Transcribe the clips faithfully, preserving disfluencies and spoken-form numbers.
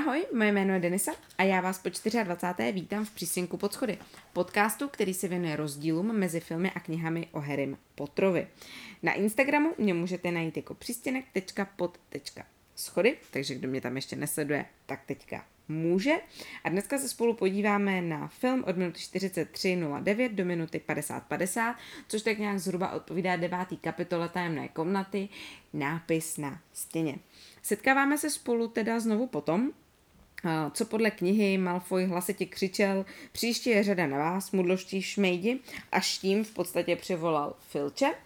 Ahoj, moje jméno je Denisa a já vás po dvacáté čtvrté vítám v Přístěnku pod schody, podcastu, který se věnuje rozdílům mezi filmy a knihami o Harrym Potterovi. Na Instagramu mě můžete najít jako přístěnek tečka pod tečka schody, takže kdo mě tam ještě nesleduje, tak teďka může. A dneska se spolu podíváme na film od minuty čtyřicet tři nula devět do minuty padesát padesát, což tak nějak zhruba odpovídá devátý kapitole Tajemné komnaty, nápis na stěně. Setkáváme se spolu teda znovu potom, co podle knihy Malfoy hlasitě křičel: příště je řada na vás, mudlovští šmejdi, až tím v podstatě přivolal Filče.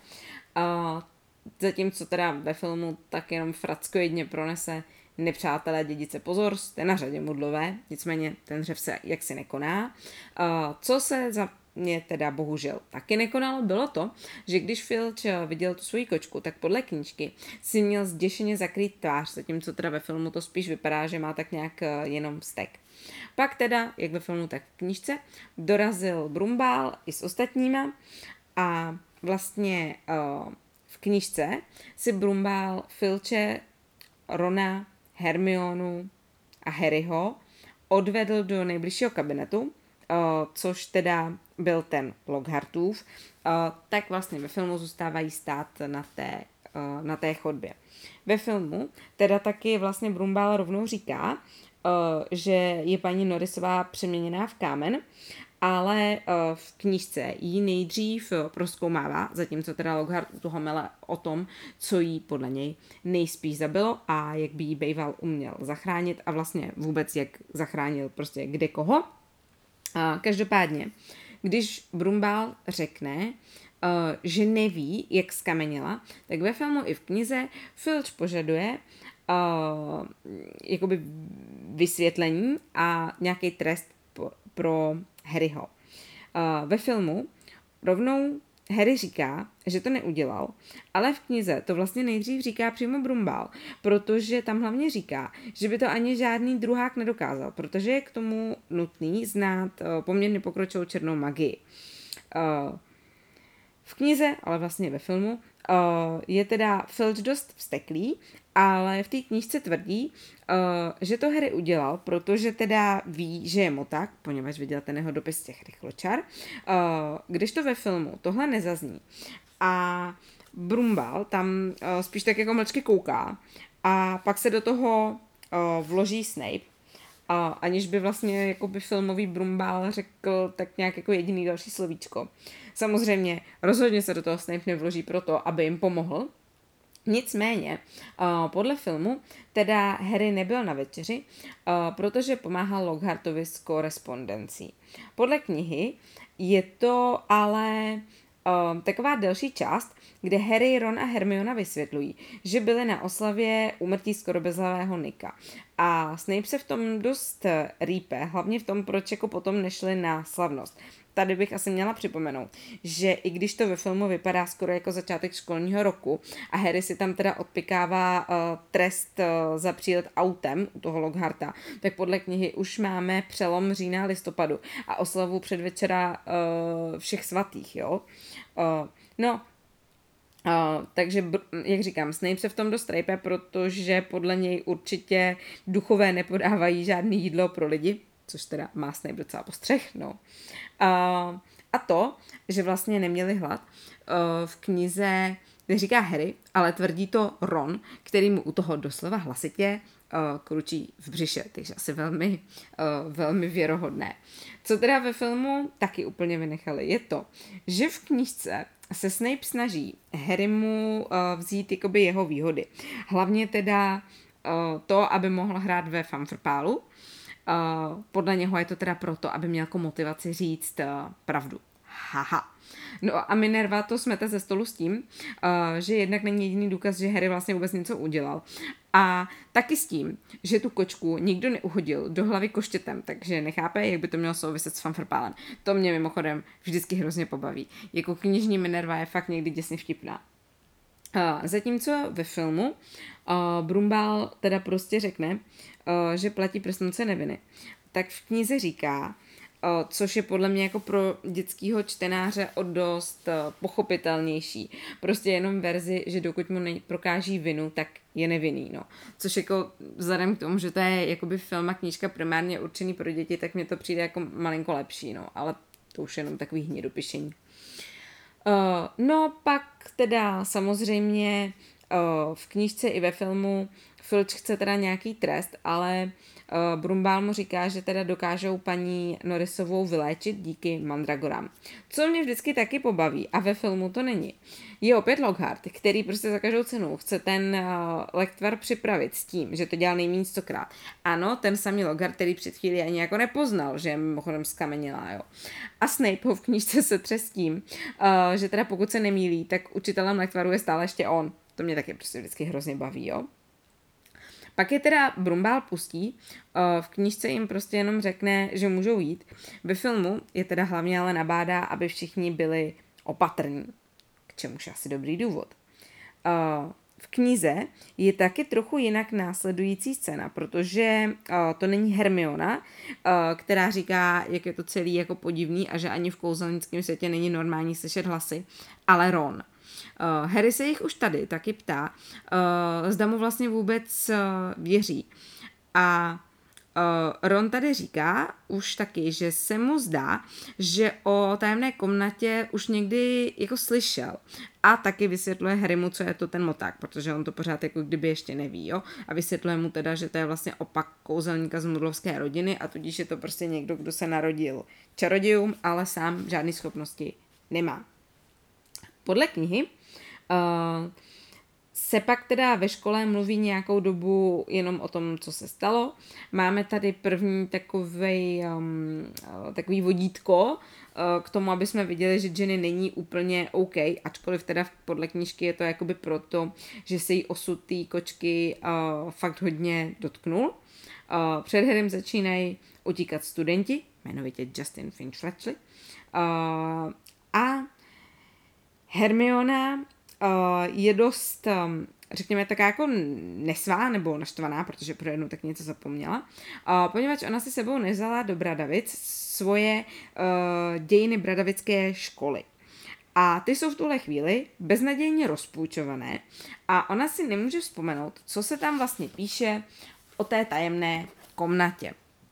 Zatímco teda ve filmu tak jenom frackojedně pronese: nepřátelé dědice pozor, jste na řadě mudlové, nicméně ten hřev se jaksi nekoná. Co se za mě teda bohužel taky nekonalo, bylo to, že když Filč viděl tu svoji kočku, tak podle knížky si měl zděšeně zakrýt tvář, zatímco teda ve filmu to spíš vypadá, že má tak nějak jenom vztek. Pak teda, jak ve filmu, tak v knížce, dorazil Brumbál i s ostatníma a vlastně uh, v knížce si Brumbál Filče, Rona, Hermionu a Harryho odvedl do nejbližšího kabinetu, uh, což teda byl ten Lockhartův, uh, tak vlastně ve filmu zůstávají stát na té, uh, na té chodbě. Ve filmu teda taky vlastně Brumbál rovnou říká, uh, že je paní Norrisová přeměněná v kámen, ale uh, v knížce ji nejdřív prozkoumává, zatímco teda Lockhart u toho mele o tom, co jí podle něj nejspíš zabilo a jak by jí býval uměl zachránit a vlastně vůbec jak zachránil prostě kde koho. Uh, každopádně, když Brumbál řekne, uh, že neví, jak skamenila, tak ve filmu i v knize Filč požaduje uh, jakoby vysvětlení a nějaký trest po, pro Harryho. Uh, ve filmu rovnou Harry říká, že to neudělal, ale v knize to vlastně nejdřív říká přímo Brumbál, protože tam hlavně říká, že by to ani žádný druhák nedokázal, protože je k tomu nutný znát uh, poměrně pokročilou černou magii. Uh, v knize, ale vlastně ve filmu, uh, je teda Filč dost vzteklý, ale v té knížce tvrdí, uh, že to Harry udělal, protože teda ví, že je moták, poněvadž viděl ten jeho dopis z těch rychločar, uh, když to ve filmu tohle nezazní. A Brumbál tam uh, spíš tak jako mlčky kouká a pak se do toho uh, vloží Snape, a aniž by vlastně jakoby filmový Brumbál řekl tak nějak jako jediný další slovíčko. Samozřejmě rozhodně se do toho Snape nevloží proto, aby jim pomohl. Nicméně, uh, podle filmu teda Harry nebyl na večeři, uh, protože pomáhal Lockhartovi s korespondencí. Podle knihy je to ale uh, taková delší část, kde Harry, Ron a Hermiona vysvětlují, že byli na oslavě úmrtí skoro bezhlavého Nika. A Snape se v tom dost rýpe, hlavně v tom, proč jako potom nešli na slavnost. Tady bych asi měla připomenout, že i když to ve filmu vypadá skoro jako začátek školního roku a Harry si tam teda odpikává uh, trest uh, za přílet autem u toho Lockharta, tak podle knihy už máme přelom října a listopadu a oslavu předvečera uh, všech svatých, jo. Uh, no, Uh, takže, jak říkám, Snape se v tom dost rejpe, protože podle něj určitě duchové nepodávají žádný jídlo pro lidi, což teda má Snape docela postřeh, no. Uh, a to, že vlastně neměli hlad, uh, v knize neříká Harry, ale tvrdí to Ron, který mu u toho doslova hlasitě uh, kručí v břiše, takže asi velmi, uh, velmi věrohodné. Co teda ve filmu taky úplně vynechali, je to, že v knížce se Snape snaží Harrymu uh, vzít jakoby jeho výhody. Hlavně teda uh, to, aby mohl hrát ve Fumfrpálu. Uh, podle něho je to teda proto, aby měl jako motivaci říct uh, pravdu. Haha. No a Minerva to smete ze stolu s tím, uh, že jednak není jediný důkaz, že Harry vlastně vůbec něco udělal. A taky s tím, že tu kočku nikdo neuhodil do hlavy koštětem, takže nechápe, jak by to mělo souviset s Fumfrpálem. To mě mimochodem vždycky hrozně pobaví. Jako knižní Minerva je fakt někdy děsně vtipná. Uh, zatímco ve filmu uh, Brumbál teda prostě řekne, uh, že platí presumpce neviny, tak v knize říká, což je podle mě jako pro dětského čtenáře o dost pochopitelnější. Prostě jenom verzi, že dokud mu neprokáží vinu, tak je nevinný, no. Což jako vzhledem k tomu, že to je jakoby film a knížka primárně určený pro děti, tak mně to přijde jako malinko lepší, no. Ale to už je jenom takový hnědopišení. Uh, no pak teda samozřejmě uh, v knížce i ve filmu Filč chce teda nějaký trest, ale uh, Brumbál mu říká, že teda dokážou paní Norrisovou vyléčit díky mandragorám. Co mě vždycky taky pobaví a ve filmu to není. Je opět Lockhart, který prostě za každou cenu chce ten uh, lektvar připravit s tím, že to dělal nejméně stokrát. Ano, ten samý Lockhart, který před chvíli ani jako nepoznal, že je mimochodem zkamenělá, jo. A Snape ho v knížce se tře s tím, uh, že teda pokud se nemýlí, tak učitelem lektvaru je stále ještě on. To mě taky prostě vždycky hrozně baví, jo. Pak je teda Brumbál pustí, v knížce jim prostě jenom řekne, že můžou jít. Ve filmu je teda hlavně ale nabádá, aby všichni byli opatrní, k čemuž je asi dobrý důvod. V knize je taky trochu jinak následující scéna, protože to není Hermiona, která říká, jak je to celý jako podivný a že ani v kouzelnickém světě není normální slyšet hlasy, ale Ron. Uh, Harry se jich už tady taky ptá, uh, zda mu vlastně vůbec uh, věří. A uh, Ron tady říká už taky, že se mu zdá, že o tajemné komnatě už někdy jako slyšel. A taky vysvětluje Harrymu, co je to ten moták, protože on to pořád jako kdyby ještě neví, jo. A vysvětluje mu teda, že to je vlastně opak kouzelníka z mudlovské rodiny a tudíž je to prostě někdo, kdo se narodil čarodějům, ale sám žádné schopnosti nemá. Podle knihy uh, se pak teda ve škole mluví nějakou dobu jenom o tom, co se stalo. Máme tady první takovej, um, takový vodítko uh, k tomu, aby jsme viděli, že Ginny není úplně OK, ačkoliv teda podle knížky je to jakoby proto, že se jí osud té kočky uh, fakt hodně dotknul. Uh, před Harrym začínají utíkat studenti, jmenovitě Justin Finch-Fletchley. Uh, a Hermiona uh, je dost, um, řekněme, taká jako nesvá nebo naštvaná, protože pro jednu tak něco zapomněla, uh, poněvadž ona si sebou nevzala do Bradavic svoje uh, dějiny bradavické školy. A ty jsou v tuhle chvíli beznadějně rozpůjčované a ona si nemůže vzpomenout, co se tam vlastně píše o té tajemné komnatě.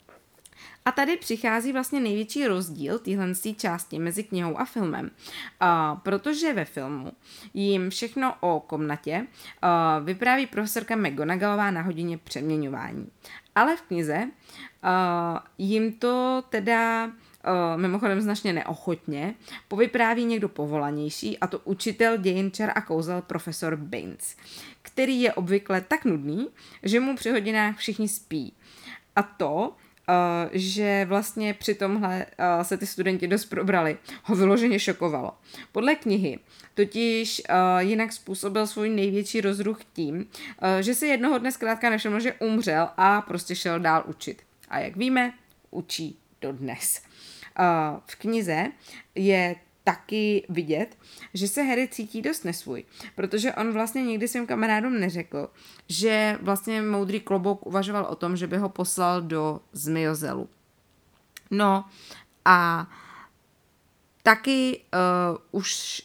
A tady přichází vlastně největší rozdíl téhle části mezi knihou a filmem, uh, protože ve filmu jim všechno o komnatě uh, vypráví profesorka McGonagallová na hodině přeměňování. Ale v knize uh, jim to teda uh, mimochodem značně neochotně povypráví někdo povolanější, a to učitel dějin čar a kouzel profesor Baines, který je obvykle tak nudný, že mu při hodinách všichni spí. A to Uh, že vlastně při tomhle uh, se ty studenti dost probrali, ho vyloženě šokovalo. Podle knihy totiž uh, jinak způsobil svůj největší rozruch tím, uh, že si jednoho dne zkrátka nevšiml, že umřel a prostě šel dál učit. A jak víme, učí dodnes. Uh, v knize je taky vidět, že se Harry cítí dost nesvůj, protože on vlastně nikdy svým kamarádům neřekl, že vlastně moudrý klobouk uvažoval o tom, že by ho poslal do Zmijozelu. No a taky uh, už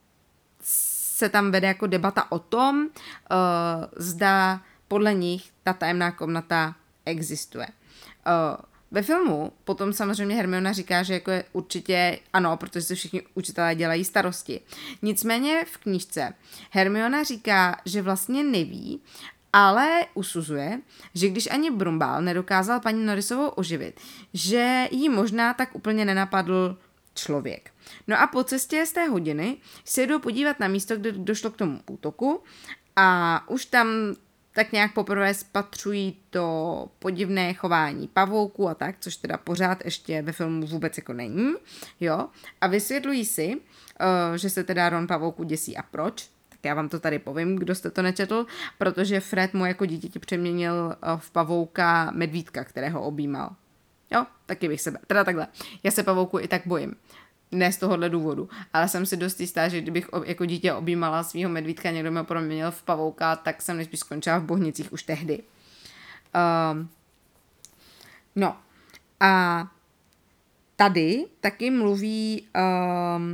se tam vede jako debata o tom, uh, zda podle nich ta tajemná komnata existuje. Uh, Ve filmu potom samozřejmě Hermiona říká, že jako je určitě ano, protože se všichni učitelé dělají starosti. Nicméně v knížce Hermiona říká, že vlastně neví, ale usuzuje, že když ani Brumbál nedokázal paní Norrisovou oživit, že jí možná tak úplně nenapadl člověk. No a po cestě z té hodiny se jdou podívat na místo, kde došlo k tomu útoku a už tam tak nějak poprvé spatřují to podivné chování pavouků a tak, což teda pořád ještě ve filmu vůbec jako není, jo, a vysvětlují si, uh, že se teda Ron pavouku děsí a proč, tak já vám to tady povím, kdo jste to nečetl, protože Fred mu jako dítěti přeměnil uh, v pavouka medvídka, kterého objímal. Jo, taky bych se, teda takhle, já se pavouku i tak bojím. Ne z tohohle důvodu, ale jsem si dost jistá, že kdybych jako dítě objímala svýho medvídka, někdo mě proměnil v pavouka, tak jsem nejspíš skončila v Bohnicích už tehdy. Um, no a tady taky mluví um,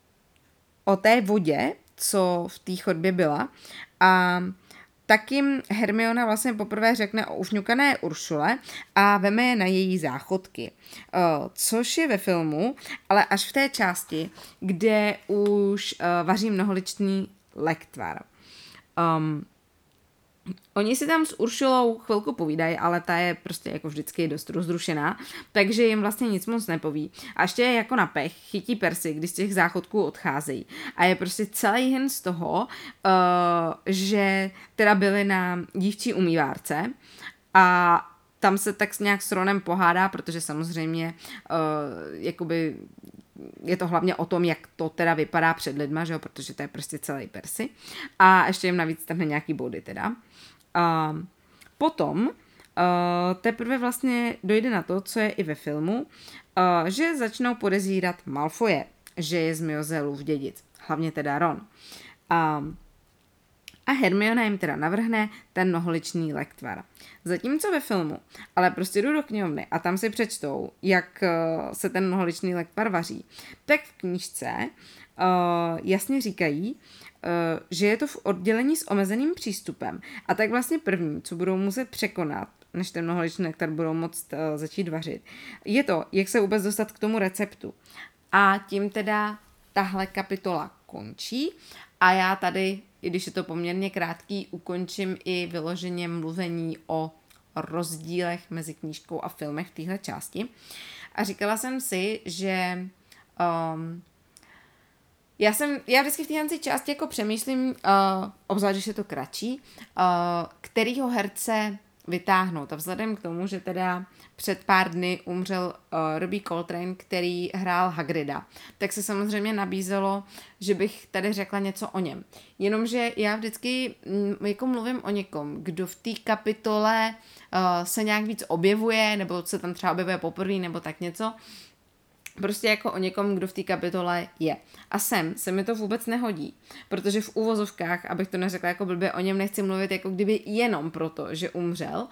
o té vodě, co v té chodbě byla, a tak jim Hermiona vlastně poprvé řekne o ušňukané Uršule a veme je na její záchodky. Uh, což je ve filmu, ale až v té části, kde už uh, vaří mnoholičný lektvar. Um, Oni si tam s Uršulou chvilku povídají, ale ta je prostě jako vždycky dost rozrušená, takže jim vlastně nic moc nepoví. A ještě jako na pech chytí Percy, když z těch záchodků odcházejí. A je prostě celý hen z toho, uh, že teda byli na dívčí umývárce a tam se tak nějak s Ronem pohádá, protože samozřejmě uh, jakoby je to hlavně o tom, jak to teda vypadá před lidma, že jo, protože to je prostě celý Percy. A ještě jim navíc trhne nějaký body teda. Uh, potom uh, teprve vlastně dojde na to, co je i ve filmu, uh, že začnou podezírat Malfoje, že je z Myozelův dědic. Hlavně teda Ron. Uh, A Hermiona jim teda navrhne ten mnoholičný lektvar. Zatímco ve filmu, ale prostě jdu do knihovny a tam si přečtou, jak uh, se ten mnoholičný lektvar vaří, tak v knížce uh, jasně říkají, uh, že je to v oddělení s omezeným přístupem. A tak vlastně první, co budou muset překonat, než ten mnoholičný lektvar budou moct uh, začít vařit, je to, jak se vůbec dostat k tomu receptu. A tím teda tahle kapitola končí a já tady, i když je to poměrně krátký, ukončím i vyloženě mluvení o rozdílech mezi knížkou a filmech v téhle části. A říkala jsem si, že um, já jsem, já vždycky v téhle části jako přemýšlím, uh, obzvlášť, když je to kratší, uh, kterýho herce vytáhnout. A vzhledem k tomu, že teda před pár dny umřel uh, Robbie Coltrane, který hrál Hagrida, tak se samozřejmě nabízelo, že bych tady řekla něco o něm. Jenomže já vždycky m, jako mluvím o někom, kdo v té kapitole uh, se nějak víc objevuje, nebo se tam třeba objevuje poprvé, nebo tak něco, prostě jako o někom, kdo v té kapitole je. A sem se mi to vůbec nehodí, protože v uvozovkách, abych to neřekla jako blbě, o něm nechci mluvit jako kdyby jenom proto, že umřel.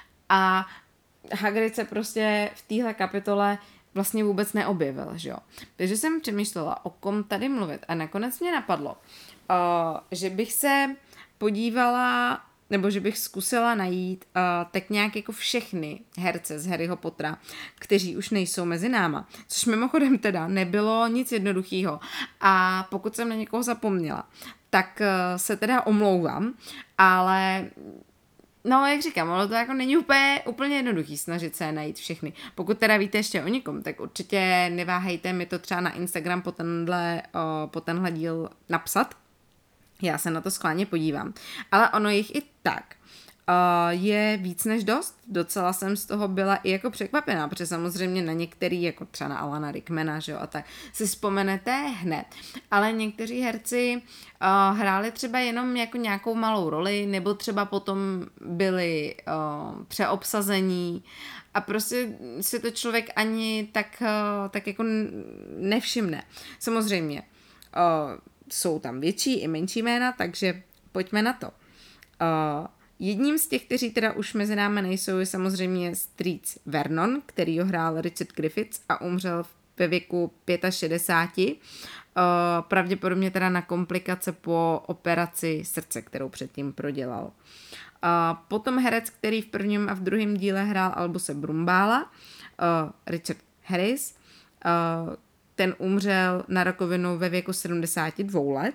A Hagrid se prostě v téhle kapitole vlastně vůbec neobjevil, že jo. Takže jsem přemýšlela, o kom tady mluvit a nakonec mě napadlo, uh, že bych se podívala, nebo že bych zkusila najít uh, tak nějak jako všechny herce z Harryho Pottera, kteří už nejsou mezi náma. Což mimochodem teda nebylo nic jednoduchého. A pokud jsem na někoho zapomněla, tak uh, se teda omlouvám, ale no, jak říkám, ono to jako není úplně, úplně jednoduchý snažit se najít všechny. Pokud teda víte ještě o někom, tak určitě neváhejte mi to třeba na Instagram po tenhle, uh, po tenhle díl napsat. Já se na to schválně podívám. Ale ono jich i tak uh, je víc než dost. Docela jsem z toho byla i jako překvapená, protože samozřejmě na některý, jako třeba na Alana Rickmana, že jo, a tak, si vzpomenete hned. Ale někteří herci uh, hráli třeba jenom jako nějakou malou roli, nebo třeba potom byli uh, přeobsazení a prostě si to člověk ani tak, uh, tak jako nevšimne. Samozřejmě, uh, jsou tam větší i menší jména, takže pojďme na to. Uh, jedním z těch, kteří teda už mezi námi nejsou, je samozřejmě Strýc Vernon, který ho hrál Richard Griffiths a umřel ve věku šedesáti pěti. Uh, pravděpodobně teda na komplikace po operaci srdce, kterou předtím prodělal. Uh, potom herec, který v prvním a v druhém díle hrál Albuse Brumbála, uh, Richard Harris, uh, ten umřel na rakovinu ve věku sedmdesáti dvou let.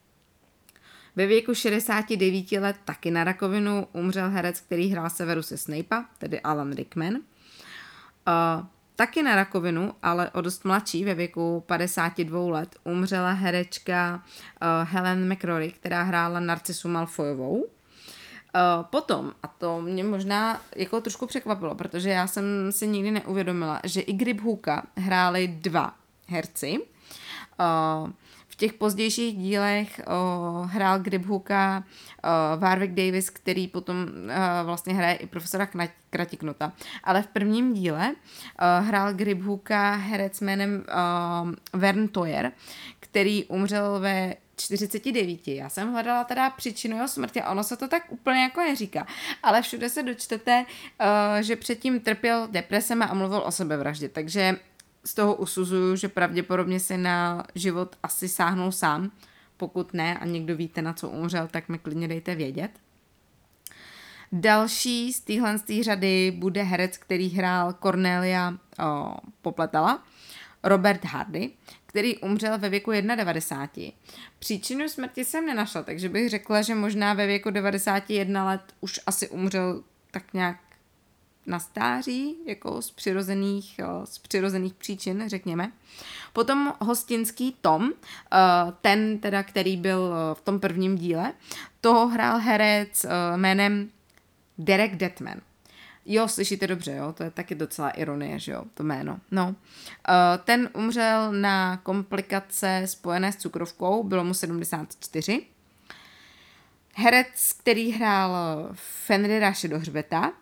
Ve věku šedesáti devíti let taky na rakovinu umřel herec, který hrál Severuse Snape'a, tedy Alan Rickman. Uh, taky na rakovinu, ale o dost mladší, ve věku padesáti dvou let, umřela herečka uh, Helen McCrory, která hrála Narcisu Malfoyovou. Uh, potom, a to mě možná jako trošku překvapilo, protože já jsem si nikdy neuvědomila, že i Griphook'a hráli dva herci. Uh, v těch pozdějších dílech uh, hrál Griphook'a uh, Warwick Davis, který potom uh, vlastně hraje i profesora Kratiknota. Ale v prvním díle uh, hrál Griphook'a herec jménem uh, Vern Toyer, který umřel ve čtyřiceti devíti. Já jsem hledala teda příčinu jeho smrti a ono se to tak úplně jako neříká. Ale všude se dočtete, uh, že předtím trpěl depresemi a mluvil o sebevraždě. Takže z toho usuzuju, že pravděpodobně si na život asi sáhnul sám. Pokud ne a někdo víte, na co umřel, tak mi klidně dejte vědět. Další z téhle řady bude herec, který hrál Cornelia o, Popletala, Robert Hardy, který umřel ve věku devadesát jedna. Příčinu smrti jsem nenašla, takže bych řekla, že možná ve věku devadesát jedna let už asi umřel tak nějak na stáří, jako z přirozených, z přirozených příčin, řekněme. Potom hostinský Tom, ten teda, který byl v tom prvním díle, toho hrál herec jménem Derek Detman. Jo, slyšíte dobře, jo, to je taky docela ironie, že jo, to jméno. No, ten umřel na komplikace spojené s cukrovkou, bylo mu sedmdesát čtyři. Herec, který hrál Fenrira Šedohřbeta,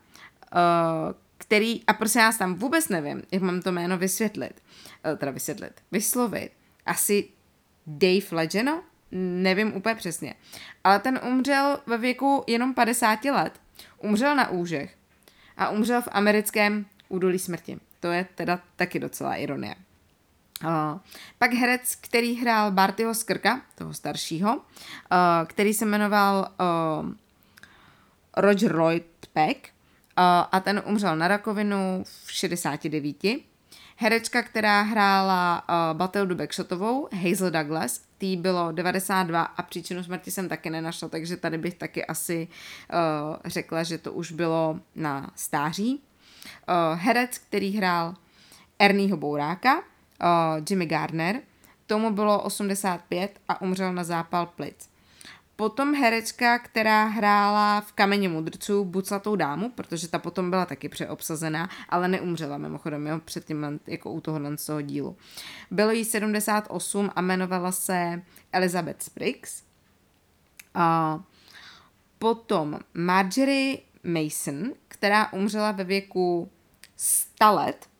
který, a prosím vás, tam vůbec nevím, jak mám to jméno vysvětlit, teda vysvětlit, vyslovit, asi Dave Legeno, nevím úplně přesně, ale ten umřel ve věku jenom padesát let, umřel na úžech a umřel v americkém údolí smrti. To je teda taky docela ironie. Uh, pak herec, který hrál Bartyho Skrka, toho staršího, uh, který se jmenoval uh, Roger Lloyd Peck, uh, a ten umřel na rakovinu v šedesáti devíti. Herečka, která hrála uh, Batildu Backshotovou, Hazel Douglas, tý bylo devadesát dva a příčinu smrti jsem taky nenašla, takže tady bych taky asi uh, řekla, že to už bylo na stáří. Uh, herec, který hrál Ernieho Bouráka, uh, Jimmy Gardner, tomu bylo osmdesát pět a umřel na zápal plic. Potom herečka, která hrála v Kameně mudrců Buclatou dámu, protože ta potom byla taky přeobsazená, ale neumřela mimochodem, jo, předtím jako u tohohle z toho dílu. Bylo jí sedmdesát osm a jmenovala se Elizabeth Spriggs. A potom Marjorie Mason, která umřela ve věku sto let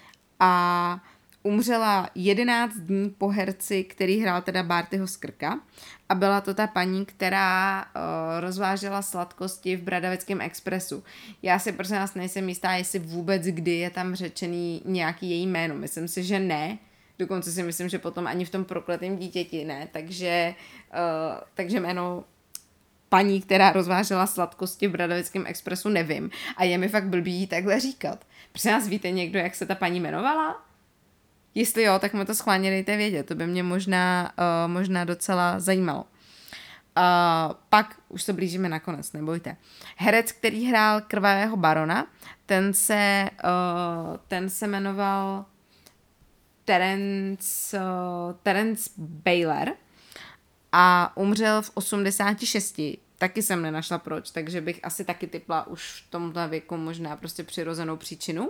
a umřela jedenáct dní po herci, který hrál teda Bartyho Skrka, a byla to ta paní, která uh, rozvážela sladkosti v Bradavickém expresu. Já si prosím vás nejsem jistá, jestli vůbec kdy je tam řečený nějaký její jméno. Myslím si, že ne. Dokonce si myslím, že potom ani v tom Prokletém dítěti ne. Takže, uh, takže jméno paní, která rozvážela sladkosti v Bradavickém expresu, nevím. A je mi fakt blbý jí takhle říkat. Prosím vás, víte někdo, jak se ta paní jmenovala? Jestli jo, tak mi to schválně dejte vědět, to by mě možná, uh, možná docela zajímalo. Uh, pak už se blížíme na konec, nebojte. Herec, který hrál Krvavého barona, ten se, uh, ten se jmenoval Terence, uh, Terence Baylor a umřel v osmdesáti šesti. Taky jsem nenašla proč, takže bych asi taky typla už v tomto věku možná prostě přirozenou příčinu.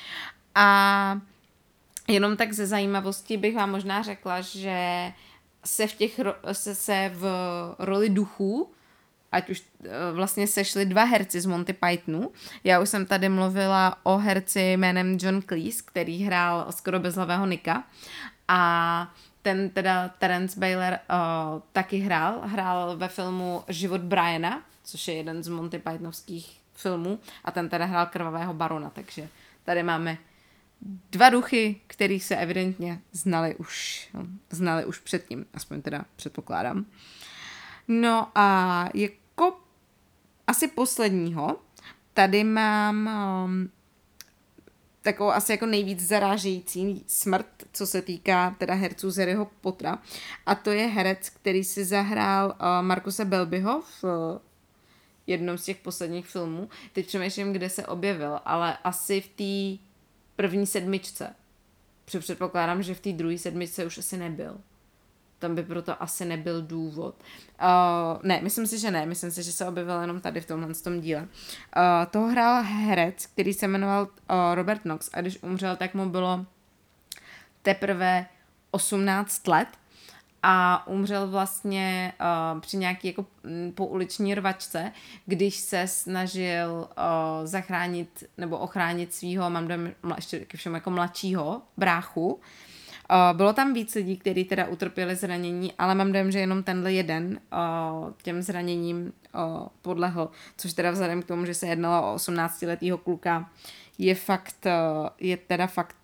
A jenom tak ze zajímavosti bych vám možná řekla, že se v těch se, se v roli duchů, ať už vlastně sešli dva herci z Monty Pythonu. Já už jsem tady mluvila o herci jménem John Cleese, který hrál skoro bezhlavého Nicka, a ten teda Terence Baylor uh, taky hrál. Hrál ve filmu Život Briana, což je jeden z Monty Pythonovských filmů, a ten teda hrál Krvavého barona, takže tady máme dva duchy, kterých se evidentně znali už, no, znali už předtím, aspoň teda předpokládám. No a jako asi posledního, tady mám um, takovou asi jako nejvíc zarážející smrt, co se týká teda herců z Harryho Pottera, a to je herec, který si zahrál uh, Marcuse Belbyho v uh, jednom z těch posledních filmů. Teď přemýšlím, kde se objevil, ale asi v té první sedmičce. Předpokládám, že v té druhé sedmičce už asi nebyl. Tam by proto asi nebyl důvod. Uh, ne, myslím si, že ne. Myslím si, že se objevil jenom tady v tomhle tom díle. Uh, toho hrál herec, který se jmenoval uh, Robert Knox, a když umřel, tak mu bylo teprve osmnáct let a umřel vlastně uh, při nějaký jako pouliční rvačce, když se snažil uh, zachránit nebo ochránit svýho, mám dojem, ještě ke všem jako mladšího bráchu. Uh, bylo tam víc lidí, kteří teda utrpěli zranění, ale mám dojem, že jenom tenhle jeden uh, těm zraněním uh, podlehl, což teda vzhledem k tomu, že se jednalo o osmnáctiletýho kluka, je fakt, uh, je teda fakt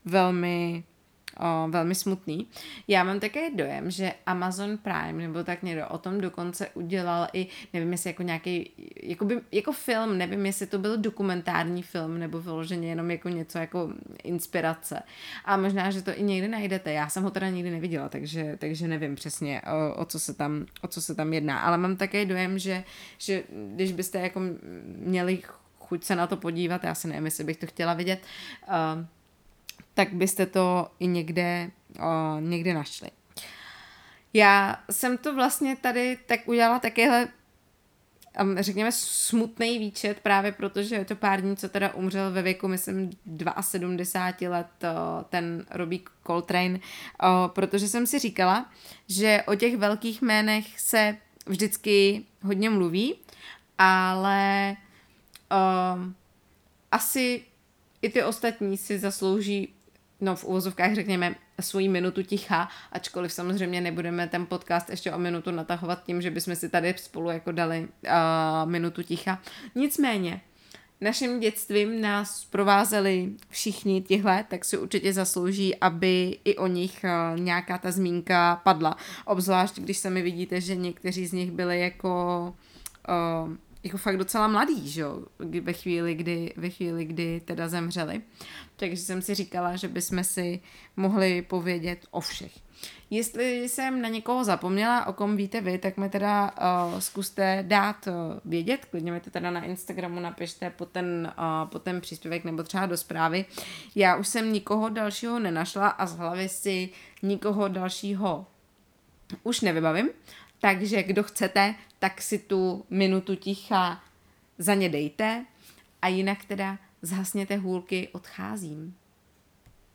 velmi O, velmi smutný. Já mám také dojem, že Amazon Prime nebo tak někdo o tom dokonce udělal i, nevím jestli jako nějaký, jakoby, jako film, nevím jestli to byl dokumentární film nebo vyloženě jenom jako něco jako inspirace. A možná, že to i někdy najdete. Já jsem ho teda nikdy neviděla, takže, takže nevím přesně, o, o, co se tam, o co se tam jedná. Ale mám také dojem, že, že když byste jako měli chuť se na to podívat, já si nevím, jestli bych to chtěla vidět, uh, tak byste to i někde, o, někde našli. Já jsem to vlastně tady tak udělala takéhle, řekněme, smutný výčet, právě protože je to pár dní, co teda umřel ve věku, myslím, sedmdesát dva let o, ten Robbie Coltrane, o, protože jsem si říkala, že o těch velkých jménech se vždycky hodně mluví, ale o, asi i ty ostatní si zaslouží, no v uvozovkách řekněme, svoji minutu ticha, ačkoliv samozřejmě nebudeme ten podcast ještě o minutu natahovat tím, že bychom si tady spolu jako dali uh, minutu ticha. Nicméně, naším dětstvím nás provázeli všichni tihle, tak si určitě zaslouží, aby i o nich uh, nějaká ta zmínka padla. Obzvlášť, když sami vidíte, že někteří z nich byli jako... Uh, jako fakt docela mladý, že jo, ve chvíli, kdy, ve chvíli, kdy teda zemřeli. Takže jsem si říkala, že bychom si mohli povědět o všech. Jestli jsem na někoho zapomněla, o kom víte vy, tak mi teda uh, zkuste dát uh, vědět, klidně mi to teda na Instagramu napište po ten, uh, po ten příspěvek nebo třeba do zprávy. Já už jsem nikoho dalšího nenašla a z hlavy si nikoho dalšího už nevybavím. Takže kdo chcete, tak si tu minutu ticha za ně dejte a jinak teda zhasněte hůlky, odcházím.